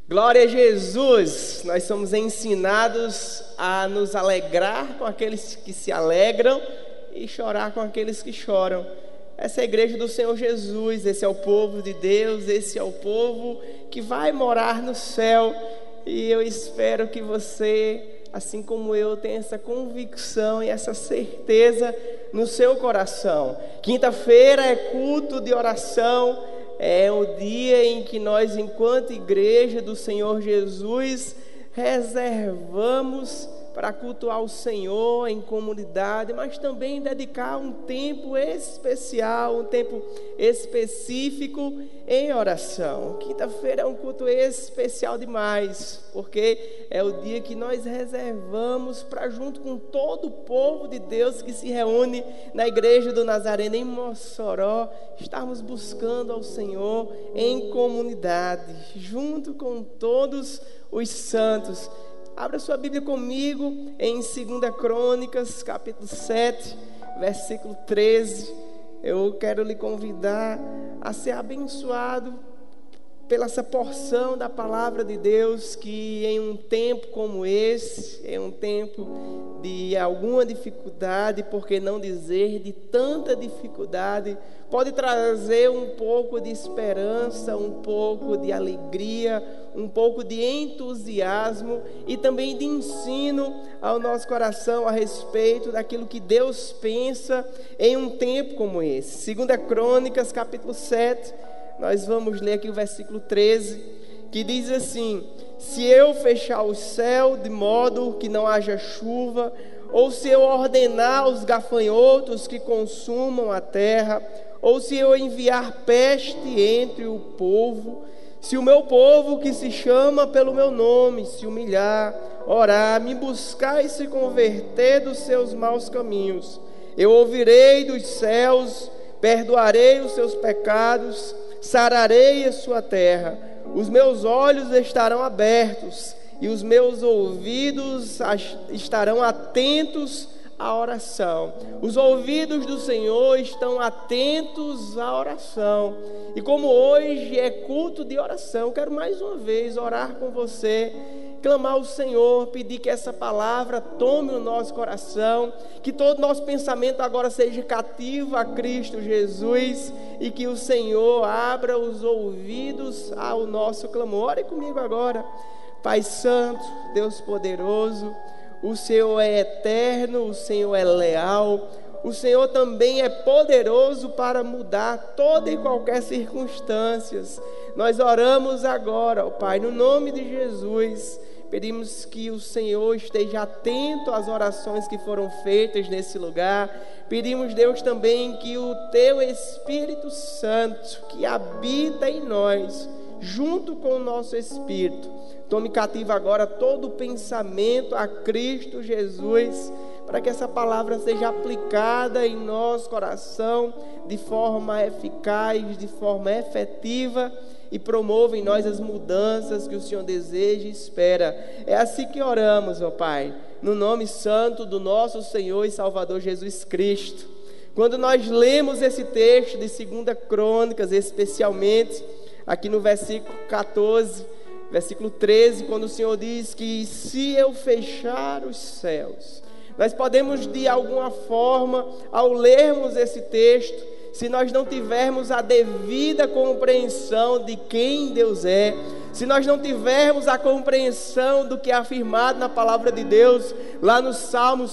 Glória a Jesus! Nós somos ensinados a nos alegrar com aqueles que se alegram e chorar com aqueles que choram. Essa é a igreja do Senhor Jesus, esse é o povo de Deus, esse é o povo que vai morar no céu. E eu espero que você, assim como eu, tenha essa convicção e essa certeza no seu coração. Quinta-feira é culto de oração. É o dia em que nós, enquanto igreja do Senhor Jesus, reservamos para cultuar o Senhor em comunidade, mas também dedicar um tempo especial, um tempo específico em oração. Quinta-feira é um culto especial demais, porque é o dia que nós reservamos para, junto com todo o povo de Deus que se reúne na igreja do Nazareno em Mossoró, estarmos buscando ao Senhor em comunidade, junto com todos os santos. Abra sua Bíblia comigo em 2 Crônicas, capítulo 7, versículo 13. Eu quero lhe convidar a ser abençoado pela essa porção da palavra de Deus, que em um tempo como esse, em um tempo de alguma dificuldade, por que não dizer de tanta dificuldade, pode trazer um pouco de esperança, um pouco de alegria, um pouco de entusiasmo e também de ensino ao nosso coração a respeito daquilo que Deus pensa em um tempo como esse. 2 Crônicas, capítulo 7, nós vamos ler aqui o versículo 13, que diz assim: se eu fechar o céu de modo que não haja chuva, ou se eu ordenar os gafanhotos que consumam a terra, ou se eu enviar peste entre o povo, se o meu povo que se chama pelo meu nome se humilhar, orar, me buscar e se converter dos seus maus caminhos, eu ouvirei dos céus, perdoarei os seus pecados, sararei a sua terra, os meus olhos estarão abertos e os meus ouvidos estarão atentos à oração. Os ouvidos do Senhor estão atentos à oração. E como hoje é culto de oração, eu quero mais uma vez orar com você, clamar ao Senhor, pedir que essa palavra tome o nosso coração, que todo nosso pensamento agora seja cativo a Cristo Jesus e que o Senhor abra os ouvidos ao nosso clamor. Ore comigo agora. Pai Santo, Deus poderoso, o Senhor é eterno, o Senhor é leal, o Senhor também é poderoso para mudar toda e qualquer circunstância. Nós oramos agora, ó Pai, no nome de Jesus. Pedimos que o Senhor esteja atento às orações que foram feitas nesse lugar. Pedimos, Deus, também que o Teu Espírito Santo, que habita em nós, junto com o nosso Espírito, tome cativo agora todo o pensamento a Cristo Jesus, para que essa palavra seja aplicada em nosso coração de forma eficaz, de forma efetiva, e promova em nós as mudanças que o Senhor deseja e espera. É assim que oramos, ó Pai, no nome santo do nosso Senhor e Salvador Jesus Cristo. Quando nós lemos esse texto de 2 Crônicas, especialmente aqui no versículo 14, versículo 13, quando o Senhor diz que se eu fechar os céus, nós podemos de alguma forma, ao lermos esse texto, se nós não tivermos a devida compreensão de quem Deus é, se nós não tivermos a compreensão do que é afirmado na palavra de Deus, lá no Salmo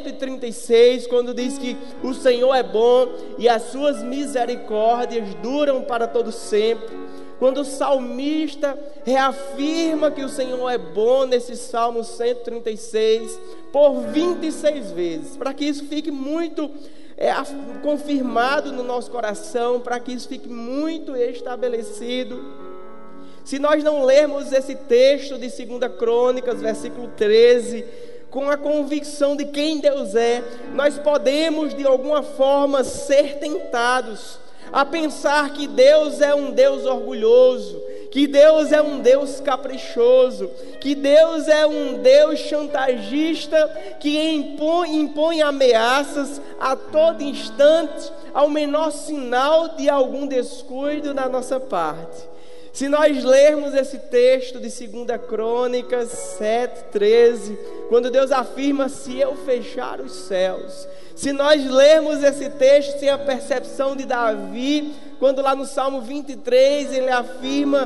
136, quando diz que o Senhor é bom e as suas misericórdias duram para todo sempre, quando o salmista reafirma que o Senhor é bom nesse Salmo 136, por 26 vezes, para que isso fique muito confirmado no nosso coração, para que isso fique muito estabelecido. Se nós não lermos esse texto de 2 Crônicas, versículo 13, com a convicção de quem Deus é, nós podemos de alguma forma ser tentados a pensar que Deus é um Deus orgulhoso, que Deus é um Deus caprichoso, que Deus é um Deus chantagista, que impõe ameaças a todo instante, ao menor sinal de algum descuido da nossa parte. Se nós lermos esse texto de 2 Crônicas 7:13, quando Deus afirma: se eu fechar os céus. Se nós lermos esse texto sem a percepção de Davi, quando lá no Salmo 23 ele afirma: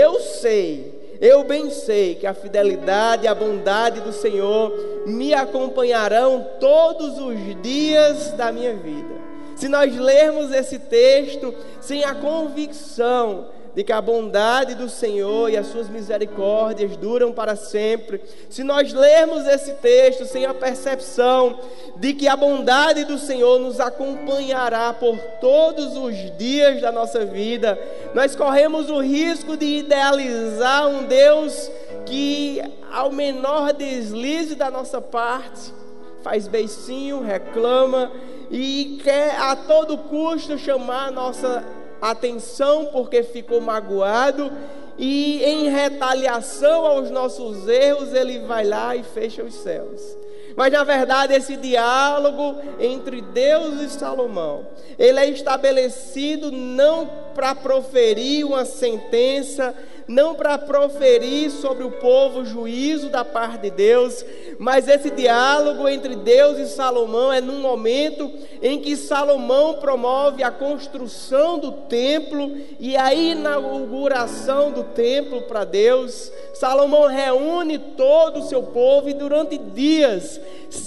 eu bem sei que a fidelidade e a bondade do Senhor me acompanharão todos os dias da minha vida. Se nós lermos esse texto sem a convicção de que a bondade do Senhor e as suas misericórdias duram para sempre, se nós lermos esse texto sem a percepção de que a bondade do Senhor nos acompanhará por todos os dias da nossa vida, nós corremos o risco de idealizar um Deus que, ao menor deslize da nossa parte, faz beicinho, reclama e quer a todo custo chamar a nossa atenção porque ficou magoado, e em retaliação aos nossos erros ele vai lá e fecha os céus. Mas na verdade esse diálogo entre Deus e Salomão, ele é estabelecido não para proferir uma sentença, não para proferir sobre o povo juízo da parte de Deus, mas esse diálogo entre Deus e Salomão é num momento em que Salomão promove a construção do templo e a inauguração do templo para Deus. Salomão reúne todo o seu povo e durante dias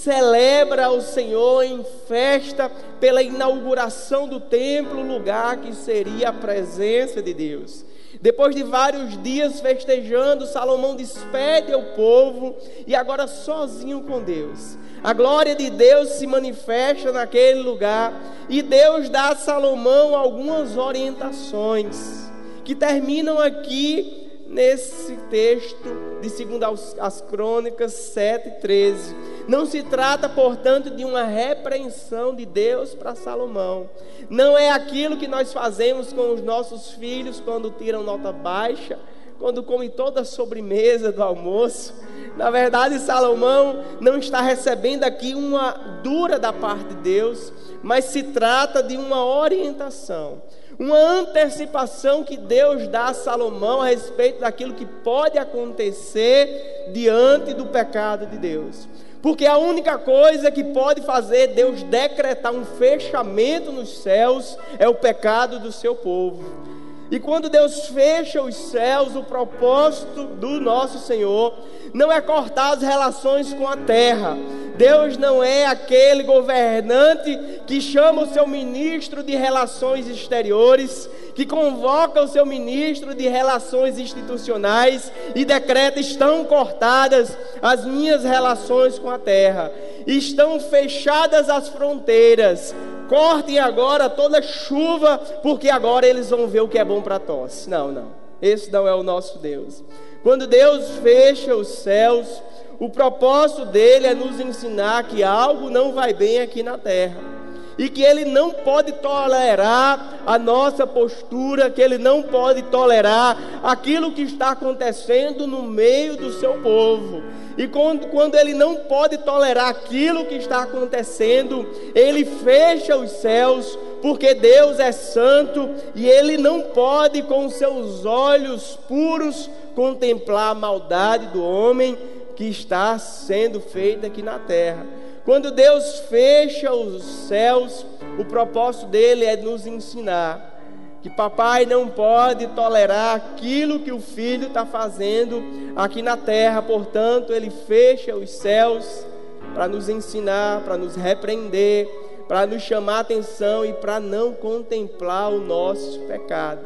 celebra o Senhor em festa pela inauguração do templo, lugar que seria a presença de Deus. Depois de vários dias festejando, Salomão despede o povo e agora sozinho com Deus. A glória de Deus se manifesta naquele lugar e Deus dá a Salomão algumas orientações que terminam aqui nesse texto de 2 Crônicas 7:13. Não se trata, portanto, de uma repreensão de Deus para Salomão. Não é aquilo que nós fazemos com os nossos filhos quando tiram nota baixa, quando comem toda a sobremesa do almoço. Na verdade, Salomão não está recebendo aqui uma dura da parte de Deus, mas se trata de uma orientação, uma antecipação que Deus dá a Salomão a respeito daquilo que pode acontecer diante do pecado de Deus. Porque a única coisa que pode fazer Deus decretar um fechamento nos céus é o pecado do seu povo. E quando Deus fecha os céus, o propósito do nosso Senhor não é cortar as relações com a terra. Deus não é aquele governante que chama o seu ministro de relações exteriores, que convoca o seu ministro de relações institucionais e decreta: estão cortadas as minhas relações com a terra, estão fechadas as fronteiras, cortem agora toda chuva, porque agora eles vão ver o que é bom para tosse. Não, esse não é o nosso Deus. Quando Deus fecha os céus, o propósito dele é nos ensinar que algo não vai bem aqui na terra, e que ele não pode tolerar a nossa postura, que ele não pode tolerar aquilo que está acontecendo no meio do seu povo. E quando ele não pode tolerar aquilo que está acontecendo, ele fecha os céus, porque Deus é santo e ele não pode com seus olhos puros contemplar a maldade do homem que está sendo feita aqui na terra. Quando Deus fecha os céus, o propósito dele é nos ensinar que papai não pode tolerar aquilo que o filho está fazendo aqui na terra. Portanto, ele fecha os céus para nos ensinar, para nos repreender, para nos chamar a atenção e para não contemplar o nosso pecado.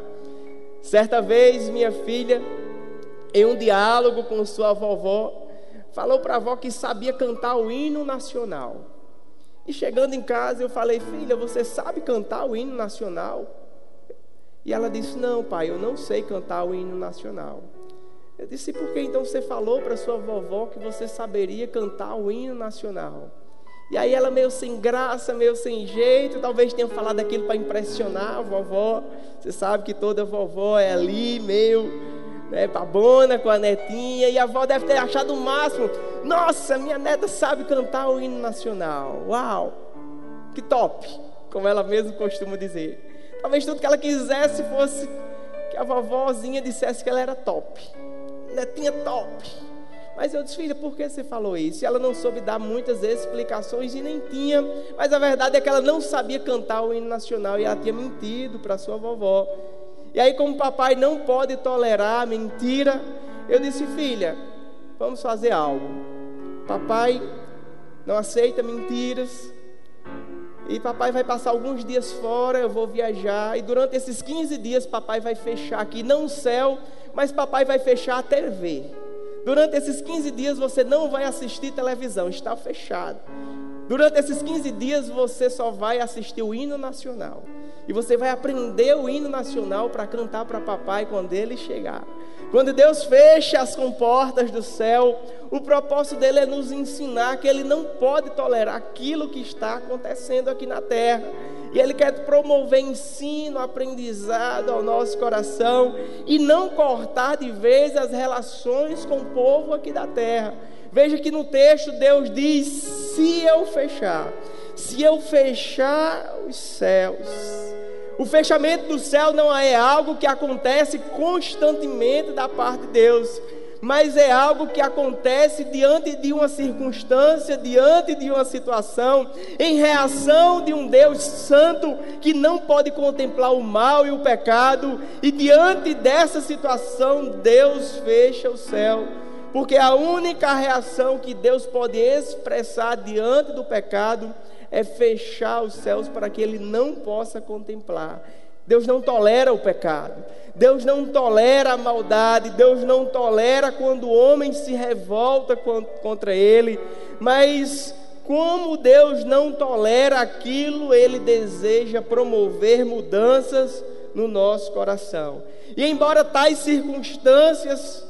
Certa vez, minha filha, em um diálogo com sua vovó, falou para a avó que sabia cantar o hino nacional. E chegando em casa eu falei: filha, você sabe cantar o hino nacional? E ela disse: não, pai, eu não sei cantar o hino nacional. Eu disse: por que então você falou para sua vovó que você saberia cantar o hino nacional? E aí ela, meio sem graça, meio sem jeito, talvez tenha falado aquilo para impressionar a vovó. Você sabe que toda vovó é ali meio babona com a netinha, e a avó deve ter achado o máximo: nossa, minha neta sabe cantar o hino nacional, uau, que top, como ela mesma costuma dizer. Talvez tudo que ela quisesse fosse que a vovozinha dissesse que ela era top, netinha top. Mas eu disse: filha, por que você falou isso? E ela não soube dar muitas explicações e nem tinha, mas a verdade é que ela não sabia cantar o hino nacional e ela tinha mentido para sua vovó. E aí, como papai não pode tolerar a mentira, eu disse: filha, vamos fazer algo. Papai não aceita mentiras e papai vai passar alguns dias fora, eu vou viajar, e durante esses 15 dias papai vai fechar aqui, não o céu, mas papai vai fechar a TV. Durante esses 15 dias você não vai assistir televisão, está fechado. Durante esses 15 dias você só vai assistir o hino nacional. E você vai aprender o hino nacional para cantar para papai quando ele chegar. Quando Deus fecha as comportas do céu, o propósito dele é nos ensinar que ele não pode tolerar aquilo que está acontecendo aqui na terra. E ele quer promover ensino, aprendizado ao nosso coração e não cortar de vez as relações com o povo aqui da terra. Veja que no texto Deus diz: se eu fechar os céus. O fechamento do céu não é algo que acontece constantemente da parte de Deus, mas é algo que acontece diante de uma circunstância, diante de uma situação, em reação de um Deus santo que não pode contemplar o mal e o pecado, e diante dessa situação Deus fecha o céu, porque a única reação que Deus pode expressar diante do pecado é fechar os céus para que ele não possa contemplar. Deus não tolera o pecado, Deus não tolera a maldade, Deus não tolera quando o homem se revolta contra ele, mas como Deus não tolera aquilo, ele deseja promover mudanças no nosso coração. E embora tais circunstâncias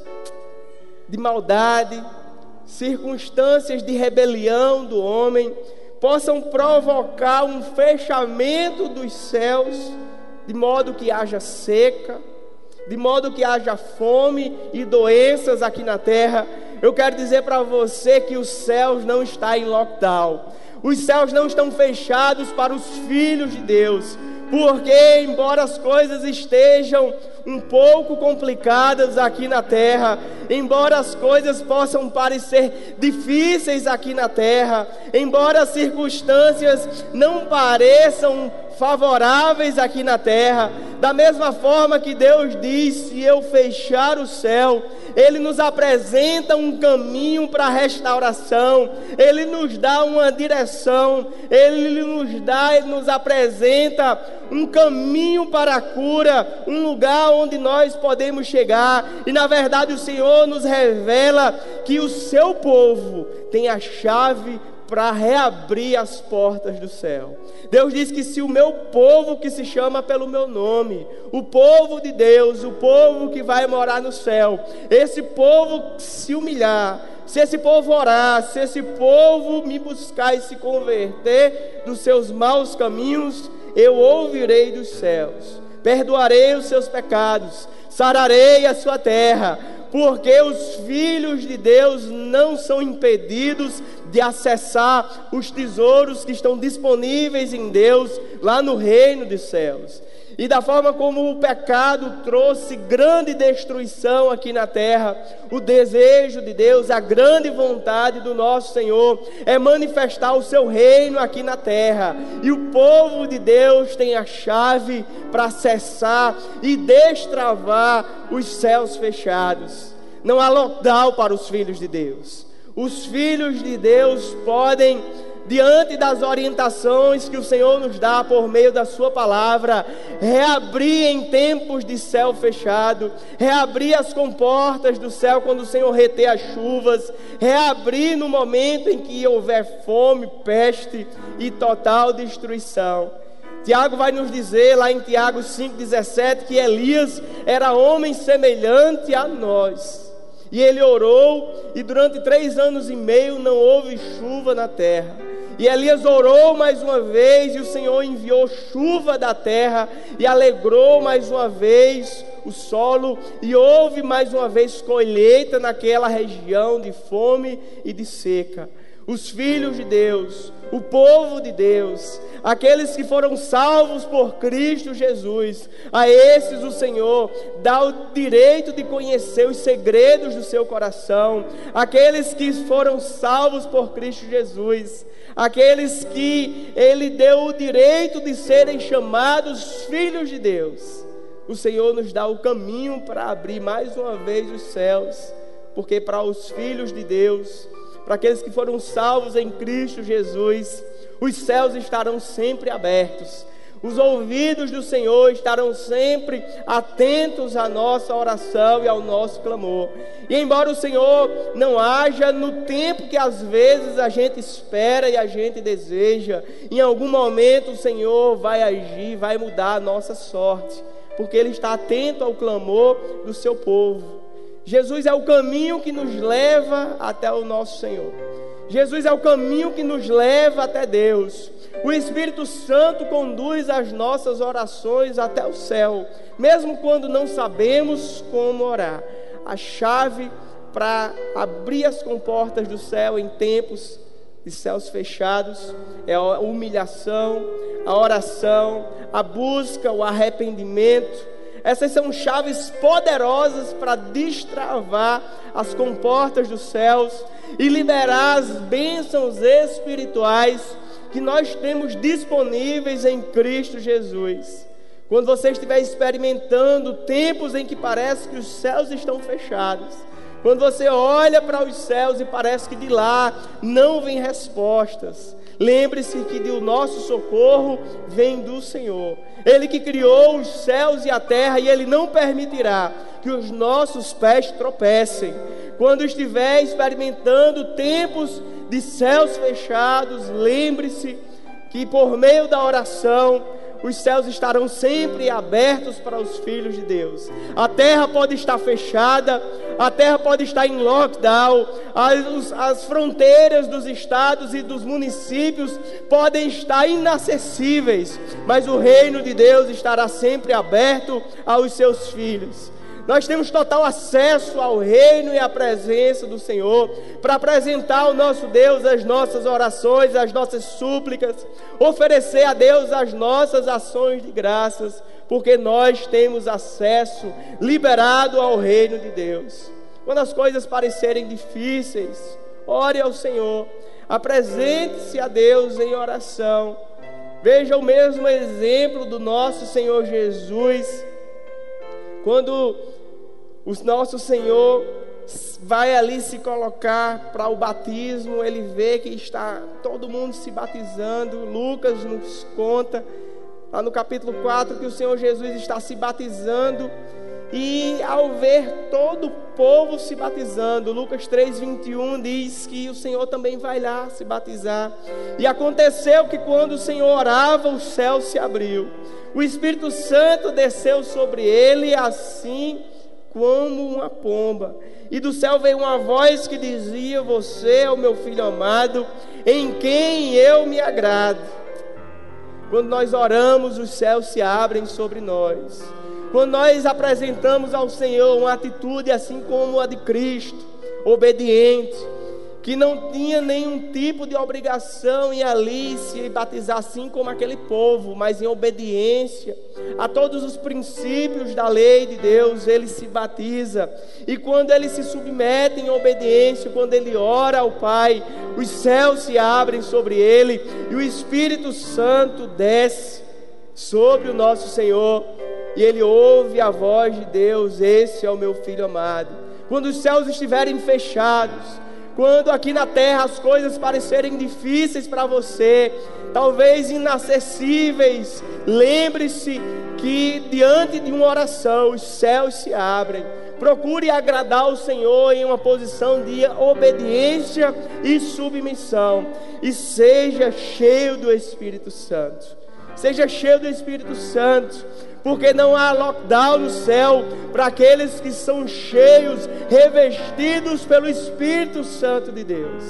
de maldade, circunstâncias de rebelião do homem, possam provocar um fechamento dos céus, de modo que haja seca, de modo que haja fome e doenças aqui na terra, eu quero dizer para você que os céus não estão em lockdown. Os céus não estão fechados para os filhos de Deus, porque embora as coisas estejam um pouco complicadas aqui na terra, embora as coisas possam parecer difíceis aqui na terra, embora as circunstâncias não pareçam favoráveis aqui na terra, da mesma forma que Deus diz: se eu fechar o céu, Ele nos apresenta um caminho para a restauração, Ele nos dá uma direção, Ele nos apresenta um caminho para a cura, um lugar onde nós podemos chegar. E na verdade o Senhor nos revela que o seu povo tem a chave para reabrir as portas do céu. Deus diz que se o meu povo, que se chama pelo meu nome, o povo de Deus, o povo que vai morar no céu, esse povo se humilhar, se esse povo orar, se esse povo me buscar e se converter dos seus maus caminhos, eu ouvirei dos céus, perdoarei os seus pecados, sararei a sua terra, porque os filhos de Deus não são impedidos de acessar os tesouros que estão disponíveis em Deus, lá no reino dos céus. E da forma como o pecado trouxe grande destruição aqui na terra, o desejo de Deus, a grande vontade do nosso Senhor é manifestar o seu reino aqui na terra. E o povo de Deus tem a chave para acessar e destravar os céus fechados. Não há lockdown para os filhos de Deus. Os filhos de Deus podem, diante das orientações que o Senhor nos dá por meio da sua palavra, reabrir em tempos de céu fechado, reabrir as comportas do céu quando o Senhor reter as chuvas, reabrir no momento em que houver fome, peste e total destruição. Tiago vai nos dizer lá em Tiago 5,17 que Elias era homem semelhante a nós. E ele orou, e durante 3 anos e meio não houve chuva na terra. E Elias orou mais uma vez, e o Senhor enviou chuva da terra, e alegrou mais uma vez o solo, e houve mais uma vez colheita naquela região de fome e de seca. os filhos de Deus, o povo de Deus, aqueles que foram salvos por Cristo Jesus, a esses o Senhor dá o direito de conhecer os segredos do seu coração. Aqueles que foram salvos por Cristo Jesus, aqueles que Ele deu o direito de serem chamados filhos de Deus, o Senhor nos dá o caminho para abrir mais uma vez os céus, porque para os filhos de Deus, para aqueles que foram salvos em Cristo Jesus, os céus estarão sempre abertos, os ouvidos do Senhor estarão sempre atentos à nossa oração e ao nosso clamor. E embora o Senhor não haja no tempo que às vezes a gente espera e a gente deseja, em algum momento o Senhor vai agir, vai mudar a nossa sorte, porque Ele está atento ao clamor do seu povo. Jesus é o caminho que nos leva até o nosso Senhor. Jesus é o caminho que nos leva até Deus. O Espírito Santo conduz as nossas orações até o céu, mesmo quando não sabemos como orar. A chave para abrir as comportas do céu em tempos de céus fechados é a humilhação, a oração, a busca, o arrependimento. Essas são chaves poderosas para destravar as comportas dos céus e liberar as bênçãos espirituais que nós temos disponíveis em Cristo Jesus. Quando você estiver experimentando tempos em que parece que os céus estão fechados, quando você olha para os céus e parece que de lá não vem respostas, lembre-se que o nosso socorro vem do Senhor. Ele que criou os céus e a terra, e Ele não permitirá que os nossos pés tropecem. Quando estiver experimentando tempos de céus fechados, lembre-se que por meio da oração, os céus estarão sempre abertos para os filhos de Deus. A terra pode estar fechada, a terra pode estar em lockdown, as fronteiras dos estados e dos municípios podem estar inacessíveis, mas o reino de Deus estará sempre aberto aos seus filhos. Nós temos total acesso ao reino e à presença do Senhor para apresentar ao nosso Deus as nossas orações, as nossas súplicas, oferecer a Deus as nossas ações de graças, porque nós temos acesso liberado ao reino de Deus. Quando as coisas parecerem difíceis, ore ao Senhor, apresente-se a Deus em oração. Veja o mesmo exemplo do nosso Senhor Jesus, quando o nosso Senhor vai ali se colocar para o batismo, Ele vê que está todo mundo se batizando. Lucas nos conta, lá no capítulo 4, que o Senhor Jesus está se batizando, e ao ver todo o povo se batizando, Lucas 3:21 diz que o Senhor também vai lá se batizar. E aconteceu que quando o Senhor orava, o céu se abriu, o Espírito Santo desceu sobre ele, assim como uma pomba, e do céu veio uma voz que dizia: você é o meu Filho amado, em quem eu me agrado. Quando nós oramos, os céus se abrem sobre nós. Quando nós apresentamos ao Senhor uma atitude assim como a de Cristo, obediente, que não tinha nenhum tipo de obrigação em ali se batizar assim como aquele povo, mas em obediência a todos os princípios da lei de Deus, ele se batiza. E quando ele se submete em obediência, quando ele ora ao Pai, os céus se abrem sobre ele e o Espírito Santo desce sobre o nosso Senhor, e ele ouve a voz de Deus: esse é o meu Filho amado. Quando os céus estiverem fechados, quando aqui na terra as coisas parecerem difíceis para você, talvez inacessíveis, lembre-se que diante de uma oração os céus se abrem. Procure agradar o Senhor em uma posição de obediência e submissão, e seja cheio do Espírito Santo. Seja cheio do Espírito Santo, porque não há lockdown no céu para aqueles que são cheios, revestidos pelo Espírito Santo de Deus.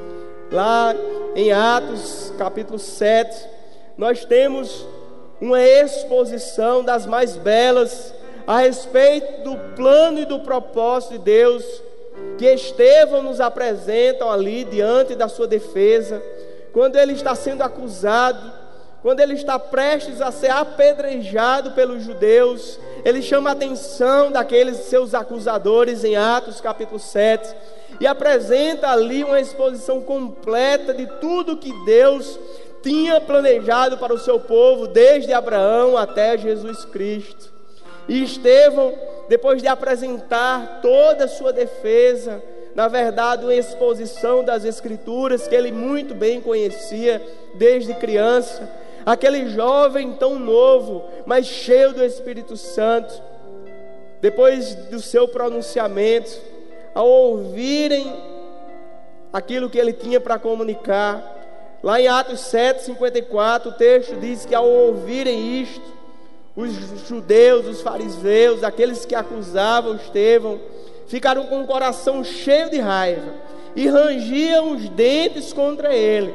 Lá em Atos capítulo 7, nós temos uma exposição das mais belas a respeito do plano e do propósito de Deus que Estevão nos apresentam ali diante da sua defesa, quando ele está sendo acusado, quando ele está prestes a ser apedrejado pelos judeus, ele chama a atenção daqueles seus acusadores em Atos capítulo 7, e apresenta ali uma exposição completa de tudo que Deus tinha planejado para o seu povo, desde Abraão até Jesus Cristo. E Estevão, depois de apresentar toda a sua defesa, na verdade uma exposição das Escrituras que ele muito bem conhecia desde criança, aquele jovem tão novo, mas cheio do Espírito Santo, depois do seu pronunciamento, ao ouvirem aquilo que ele tinha para comunicar, lá em Atos 7:54, o texto diz que ao ouvirem isto, os judeus, os fariseus, aqueles que acusavam Estevão, ficaram com o coração cheio de raiva e rangiam os dentes contra ele.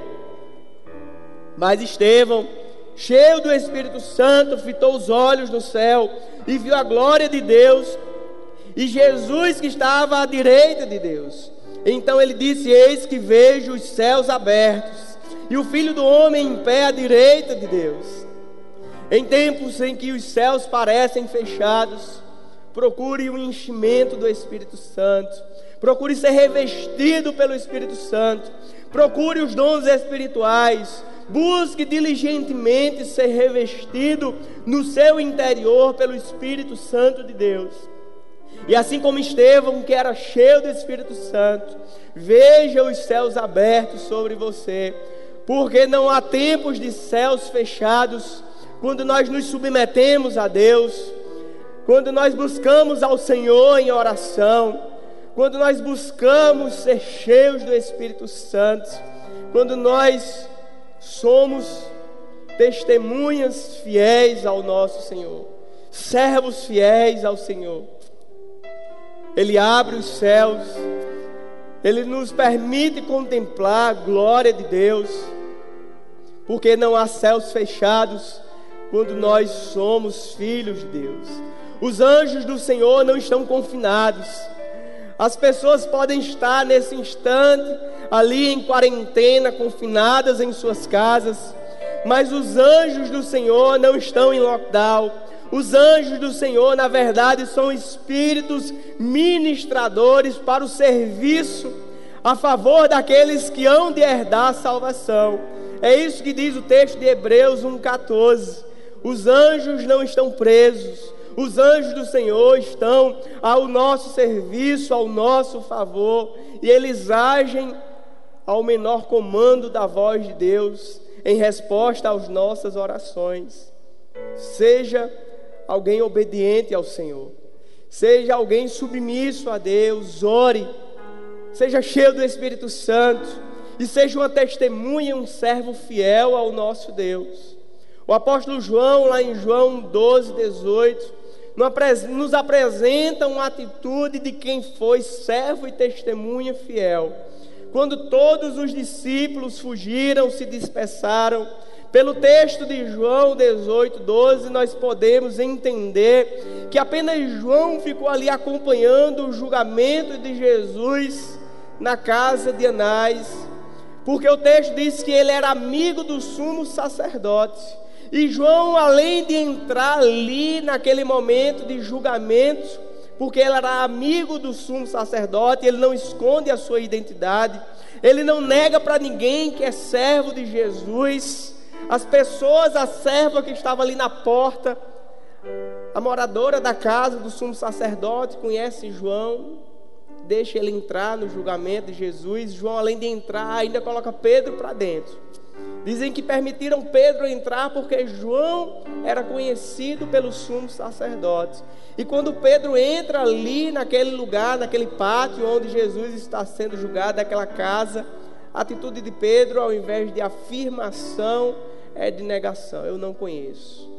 Mas Estevão, cheio do Espírito Santo, fitou os olhos no céu e viu a glória de Deus e Jesus que estava à direita de Deus. Então ele disse: eis que vejo os céus abertos e o Filho do Homem em pé à direita de Deus. Em tempos em que os céus parecem fechados, procure o enchimento do Espírito Santo, procure ser revestido pelo Espírito Santo, procure os dons espirituais, busque diligentemente ser revestido no seu interior pelo Espírito Santo de Deus. E assim como Estevão, que era cheio do Espírito Santo, veja os céus abertos sobre você, porque não há tempos de céus fechados quando nós nos submetemos a Deus, quando nós buscamos ao Senhor em oração, quando nós buscamos ser cheios do Espírito Santo, quando nós somos testemunhas fiéis ao nosso Senhor, servos fiéis ao Senhor. Ele abre os céus, Ele nos permite contemplar a glória de Deus, porque não há céus fechados quando nós somos filhos de Deus. Os anjos do Senhor não estão confinados. As pessoas podem estar nesse instante ali em quarentena, confinadas em suas casas, mas os anjos do Senhor não estão em lockdown. Os anjos do Senhor, na verdade, são espíritos ministradores para o serviço a favor daqueles que hão de herdar a salvação. É isso que diz o texto de Hebreus 1:14. Os anjos não estão presos. Os anjos do Senhor estão ao nosso serviço, ao nosso favor, e eles agem ao menor comando da voz de Deus em resposta às nossas orações. Seja alguém obediente ao Senhor, seja alguém submisso a Deus, ore, seja cheio do Espírito Santo e seja uma testemunha, um servo fiel ao nosso Deus. O apóstolo João, lá em João 12:18, nos apresenta uma atitude de quem foi servo e testemunha fiel. Quando todos os discípulos fugiram, se dispersaram, pelo texto de João 18:12, nós podemos entender que apenas João ficou ali acompanhando o julgamento de Jesus na casa de Anás, porque o texto diz que ele era amigo do sumo sacerdote. E João, além de entrar ali naquele momento de julgamento, porque ele era amigo do sumo sacerdote, ele não esconde a sua identidade, ele não nega para ninguém que é servo de Jesus. As pessoas, a serva que estava ali na porta, a moradora da casa do sumo sacerdote, conhece João, deixa ele entrar no julgamento de Jesus. João, além de entrar, ainda coloca Pedro para dentro. Dizem que permitiram Pedro entrar porque João era conhecido pelo sumo sacerdote. E quando Pedro entra ali naquele lugar, naquele pátio onde Jesus está sendo julgado, naquela casa, a atitude de Pedro, ao invés de afirmação, é de negação. Eu não conheço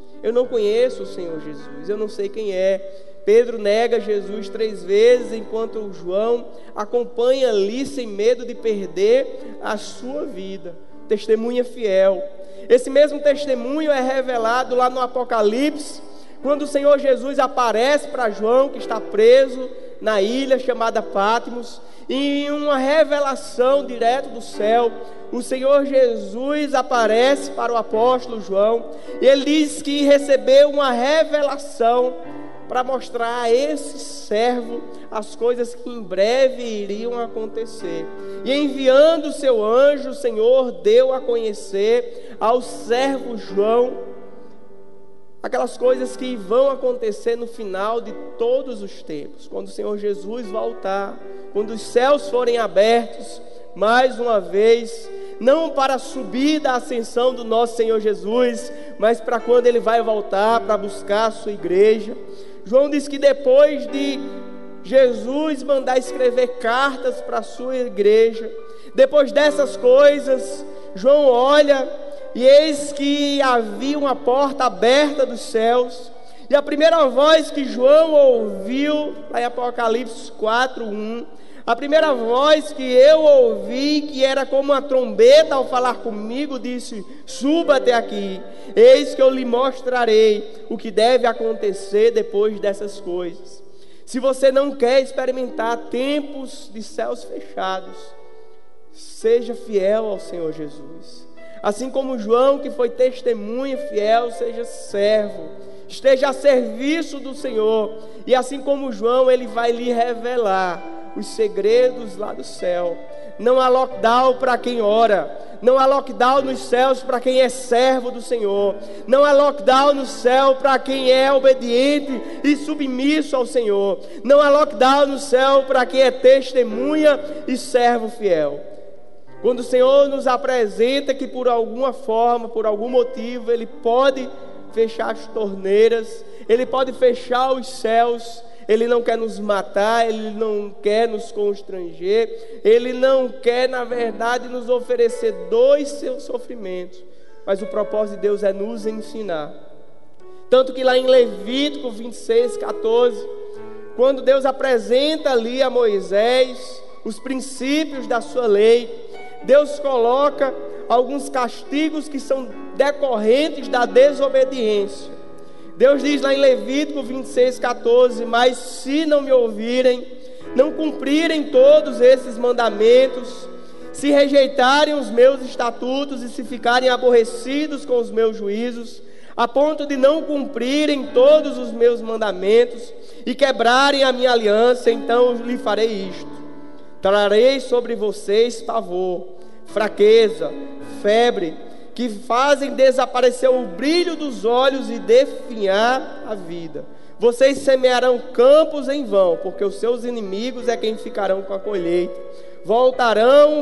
o Senhor Jesus, eu não sei quem é. Pedro nega Jesus 3 vezes, enquanto João acompanha ali sem medo de perder a sua vida. Testemunha fiel. Esse mesmo testemunho é revelado lá no Apocalipse, quando o Senhor Jesus aparece para João, que está preso na ilha chamada Patmos, e em uma revelação direto do céu, o Senhor Jesus aparece para o apóstolo João, e ele diz que recebeu uma revelação para mostrar a esse servo as coisas que em breve iriam acontecer. E enviando o seu anjo, o Senhor deu a conhecer ao servo João aquelas coisas que vão acontecer no final de todos os tempos, quando o Senhor Jesus voltar, quando os céus forem abertos mais uma vez, não para a subida, a ascensão do nosso Senhor Jesus, mas para quando Ele vai voltar para buscar a sua igreja. João diz que depois de Jesus mandar escrever cartas para a sua igreja, depois dessas coisas, João olha e eis que havia uma porta aberta dos céus, e a primeira voz que João ouviu, lá em Apocalipse 4:1, a primeira voz que eu ouvi, que era como uma trombeta ao falar comigo, disse: suba até aqui, eis que eu lhe mostrarei o que deve acontecer depois dessas coisas. Se você não quer experimentar tempos de céus fechados, seja fiel ao Senhor Jesus. Assim como João, que foi testemunha fiel, seja servo, esteja a serviço do Senhor. E assim como João, ele vai lhe revelar os segredos lá do céu. Não há lockdown para quem ora, não há lockdown nos céus para quem é servo do Senhor, não há lockdown no céu para quem é obediente e submisso ao Senhor, não há lockdown no céu para quem é testemunha e servo fiel. Quando o Senhor nos apresenta que por alguma forma, por algum motivo, Ele pode fechar as torneiras, Ele pode fechar os céus, Ele não quer nos matar, Ele não quer nos constranger, Ele não quer, na verdade, nos oferecer dor e seu sofrimento, mas o propósito de Deus é nos ensinar. Tanto que lá em Levítico 26:14, quando Deus apresenta ali a Moisés os princípios da sua lei, Deus coloca alguns castigos que são decorrentes da desobediência. Deus diz lá em Levítico 26:14: mas se não me ouvirem, não cumprirem todos esses mandamentos, se rejeitarem os meus estatutos e se ficarem aborrecidos com os meus juízos, a ponto de não cumprirem todos os meus mandamentos e quebrarem a minha aliança, então lhe farei isto: trarei sobre vocês pavor, fraqueza, febre, que fazem desaparecer o brilho dos olhos e definhar a vida. Vocês semearão campos em vão, porque os seus inimigos é quem ficarão com a colheita. Voltarei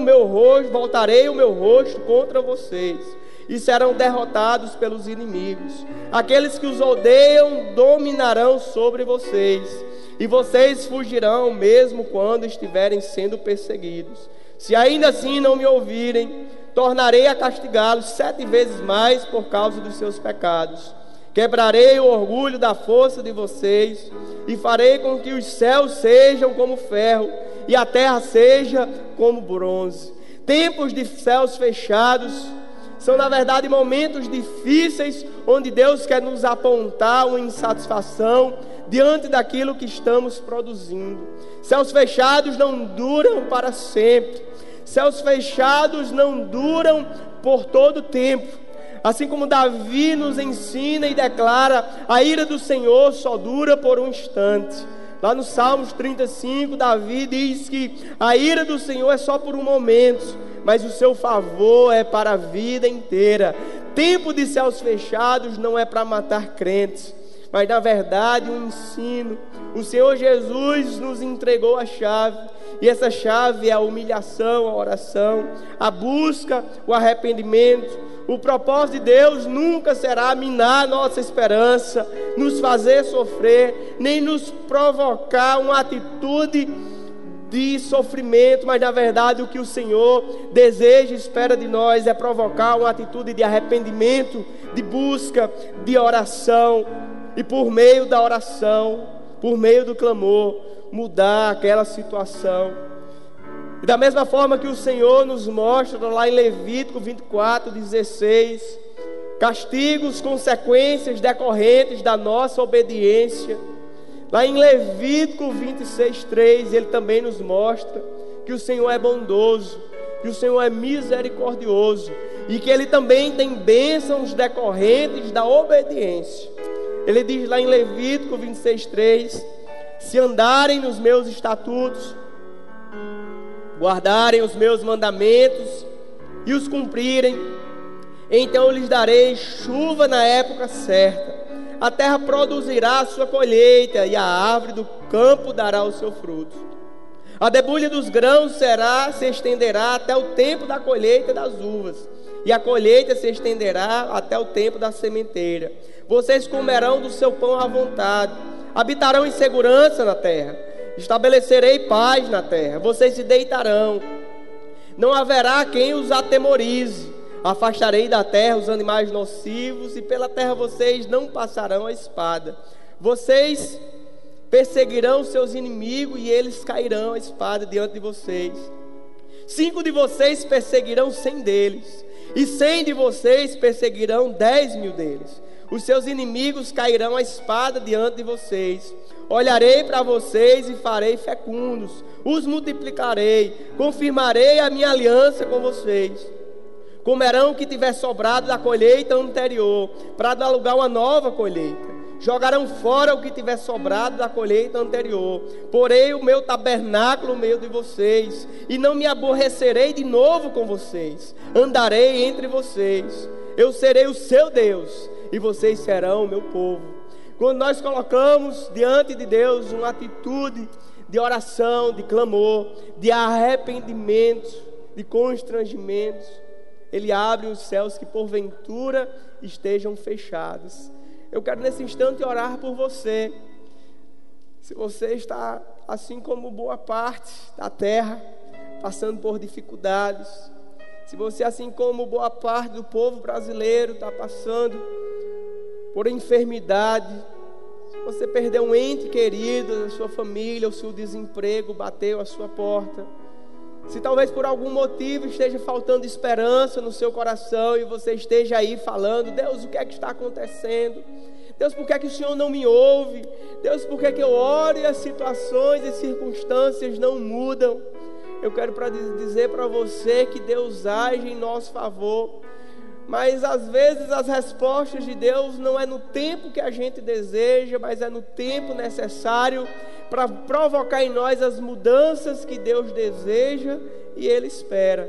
o meu rosto contra vocês, e serão derrotados pelos inimigos. Aqueles que os odeiam dominarão sobre vocês, e vocês fugirão mesmo quando estiverem sendo perseguidos. Se ainda assim não me ouvirem, tornarei a castigá-los 7 vezes mais por causa dos seus pecados. Quebrarei o orgulho da força de vocês e farei com que os céus sejam como ferro e a terra seja como bronze. Tempos de céus fechados são, na verdade, momentos difíceis onde Deus quer nos apontar uma insatisfação diante daquilo que estamos produzindo. Céus fechados não duram para sempre. Céus fechados não duram por todo o tempo. Assim como Davi nos ensina e declara, a ira do Senhor só dura por um instante. Lá no Salmos 35, Davi diz que a ira do Senhor é só por um momento, mas o seu favor é para a vida inteira. Tempo de céus fechados não é para matar crentes, mas na verdade um ensino. O Senhor Jesus nos entregou a chave, e essa chave é a humilhação, a oração, a busca, o arrependimento. O propósito de Deus nunca será minar nossa esperança, nos fazer sofrer, nem nos provocar uma atitude de sofrimento, mas na verdade o que o Senhor deseja e espera de nós é provocar uma atitude de arrependimento, de busca, de oração, e por meio da oração, por meio do clamor, mudar aquela situação. E da mesma forma que o Senhor nos mostra lá em Levítico 24:16, castigos, consequências decorrentes da nossa obediência, Lá em Levítico 26:3, ele também nos mostra que o Senhor é bondoso, que o Senhor é misericordioso e que Ele também tem bênçãos decorrentes da obediência. Ele diz lá em Levítico 26:3: se andarem nos meus estatutos, guardarem os meus mandamentos e os cumprirem, então eu lhes darei chuva na época certa, a terra produzirá a sua colheita e a árvore do campo dará o seu fruto. A debulha dos grãos se estenderá até o tempo da colheita das uvas, e a colheita se estenderá até o tempo da sementeira. Vocês comerão do seu pão à vontade, habitarão em segurança na terra, estabelecerei paz na terra, vocês se deitarão, não haverá quem os atemorize. Afastarei da terra os animais nocivos, e pela terra vocês não passarão a espada. Vocês perseguirão seus inimigos, e eles cairão a espada diante de vocês. 5 de vocês perseguirão 100 deles, e 100 de vocês perseguirão 10.000 deles. Os seus inimigos cairão a espada diante de vocês. Olharei para vocês e farei fecundos, os multiplicarei, confirmarei a minha aliança com vocês. Comerão o que tiver sobrado da colheita anterior, para dar lugar a uma nova colheita. Jogarão fora o que tiver sobrado da colheita anterior. Porei o meu tabernáculo no meio de vocês, e não me aborrecerei de novo com vocês. Andarei entre vocês. Eu serei o seu Deus, e vocês serão o meu povo. Quando nós colocamos diante de Deus uma atitude de oração, de clamor, de arrependimento, de constrangimento, Ele abre os céus que porventura estejam fechados. Eu quero nesse instante orar por você. Se você está, assim como boa parte da terra, passando por dificuldades, se você, assim como boa parte do povo brasileiro, está passando por enfermidade, se você perdeu um ente querido da sua família, o seu desemprego bateu à sua porta, se talvez por algum motivo esteja faltando esperança no seu coração e você esteja aí falando: Deus, o que é que está acontecendo? Deus, por que é que o Senhor não me ouve? Deus, por que é que eu oro e as situações e circunstâncias não mudam? Eu quero dizer para você que Deus age em nosso favor, mas às vezes as respostas de Deus não é no tempo que a gente deseja, mas é no tempo necessário para provocar em nós as mudanças que Deus deseja e Ele espera.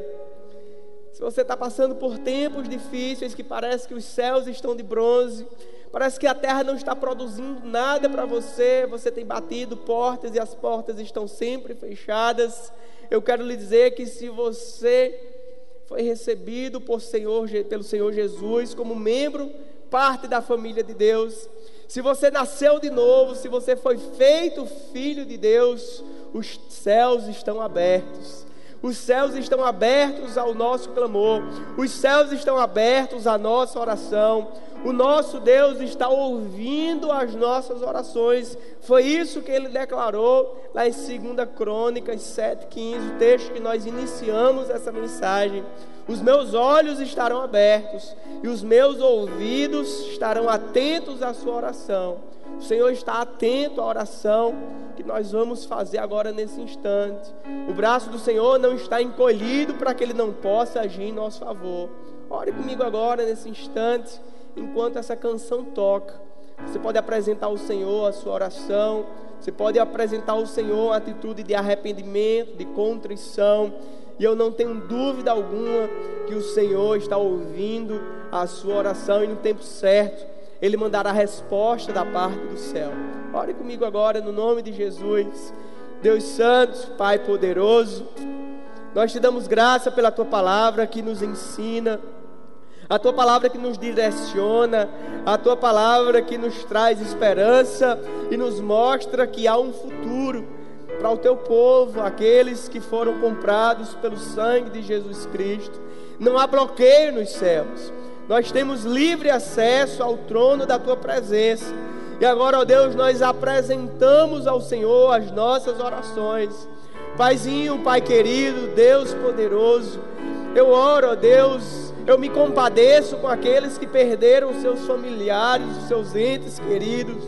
Se você está passando por tempos difíceis, que parece que os céus estão de bronze, parece que a terra não está produzindo nada para você, você tem batido portas e as portas estão sempre fechadas, eu quero lhe dizer que se você foi recebido pelo Senhor Jesus como membro, parte da família de Deus, se você nasceu de novo, se você foi feito filho de Deus, os céus estão abertos. Os céus estão abertos ao nosso clamor. Os céus estão abertos à nossa oração. O nosso Deus está ouvindo as nossas orações. Foi isso que Ele declarou lá em 2 Crônicas 7:15, o texto que nós iniciamos essa mensagem. Os meus olhos estarão abertos e os meus ouvidos estarão atentos à sua oração. O Senhor está atento à oração que nós vamos fazer agora nesse instante. O braço do Senhor não está encolhido para que Ele não possa agir em nosso favor. Ore comigo agora nesse instante, enquanto essa canção toca. Você pode apresentar ao Senhor a sua oração. Você pode apresentar ao Senhor uma atitude de arrependimento, de contrição. E eu não tenho dúvida alguma que o Senhor está ouvindo a sua oração, e no tempo certo Ele mandará a resposta da parte do céu. Ore comigo agora no nome de Jesus. Deus Santo, Pai poderoso, nós te damos graça pela Tua palavra que nos ensina, a Tua palavra que nos direciona, a Tua palavra que nos traz esperança e nos mostra que há um futuro para o Teu povo, aqueles que foram comprados pelo sangue de Jesus Cristo. Não há bloqueio nos céus. Nós temos livre acesso ao trono da Tua presença. E agora, ó Deus, nós apresentamos ao Senhor as nossas orações. Paizinho, Pai querido, Deus poderoso, eu oro, ó Deus, eu me compadeço com aqueles que perderam seus familiares, os seus entes queridos.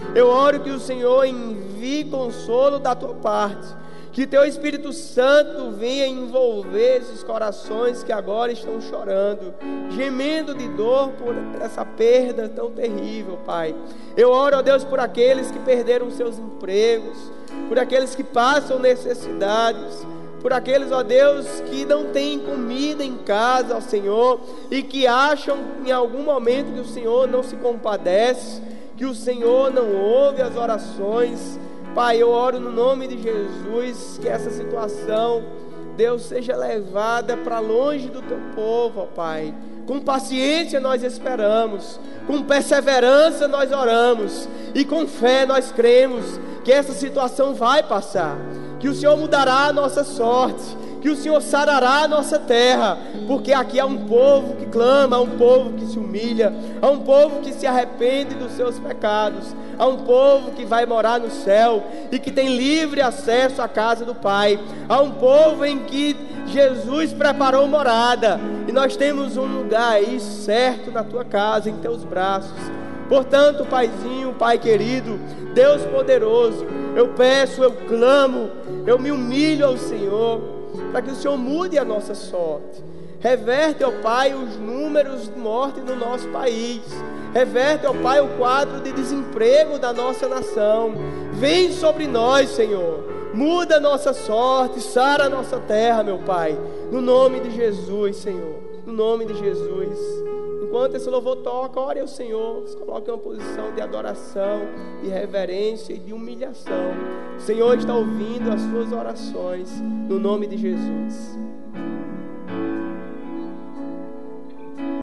Eu oro que o Senhor envie consolo da tua parte, que teu Espírito Santo venha envolver esses corações que agora estão chorando, gemendo de dor por essa perda tão terrível, Pai. Eu oro, ó Deus, por aqueles que perderam seus empregos, por aqueles que passam necessidades, por aqueles, ó Deus, que não têm comida em casa, ó Senhor, e que acham em algum momento que o Senhor não se compadece, que o Senhor não ouve as orações. Pai, eu oro no nome de Jesus, que essa situação, Deus, seja levada para longe do teu povo, ó Pai. Com paciência nós esperamos, com perseverança nós oramos, e com fé nós cremos que essa situação vai passar, que o Senhor mudará a nossa sorte, que o Senhor sarará a nossa terra, porque aqui há um povo que clama, há um povo que se humilha, há um povo que se arrepende dos seus pecados, há um povo que vai morar no céu e que tem livre acesso à casa do Pai, há um povo em que Jesus preparou morada, e nós temos um lugar aí certo na tua casa, em teus braços. Portanto, Paizinho, Pai querido, Deus poderoso, eu peço, eu clamo, eu me humilho ao Senhor, para que o Senhor mude a nossa sorte. Reverte, ó Pai, os números de morte no nosso país. Reverte, ó Pai, o quadro de desemprego da nossa nação. Vem sobre nós, Senhor. Muda a nossa sorte, sara a nossa terra, meu Pai. No nome de Jesus, Senhor. No nome de Jesus. Enquanto esse louvor toca, ore ao Senhor. Se coloque em uma posição de adoração, de reverência e de humilhação. O Senhor está ouvindo as suas orações. No nome de Jesus.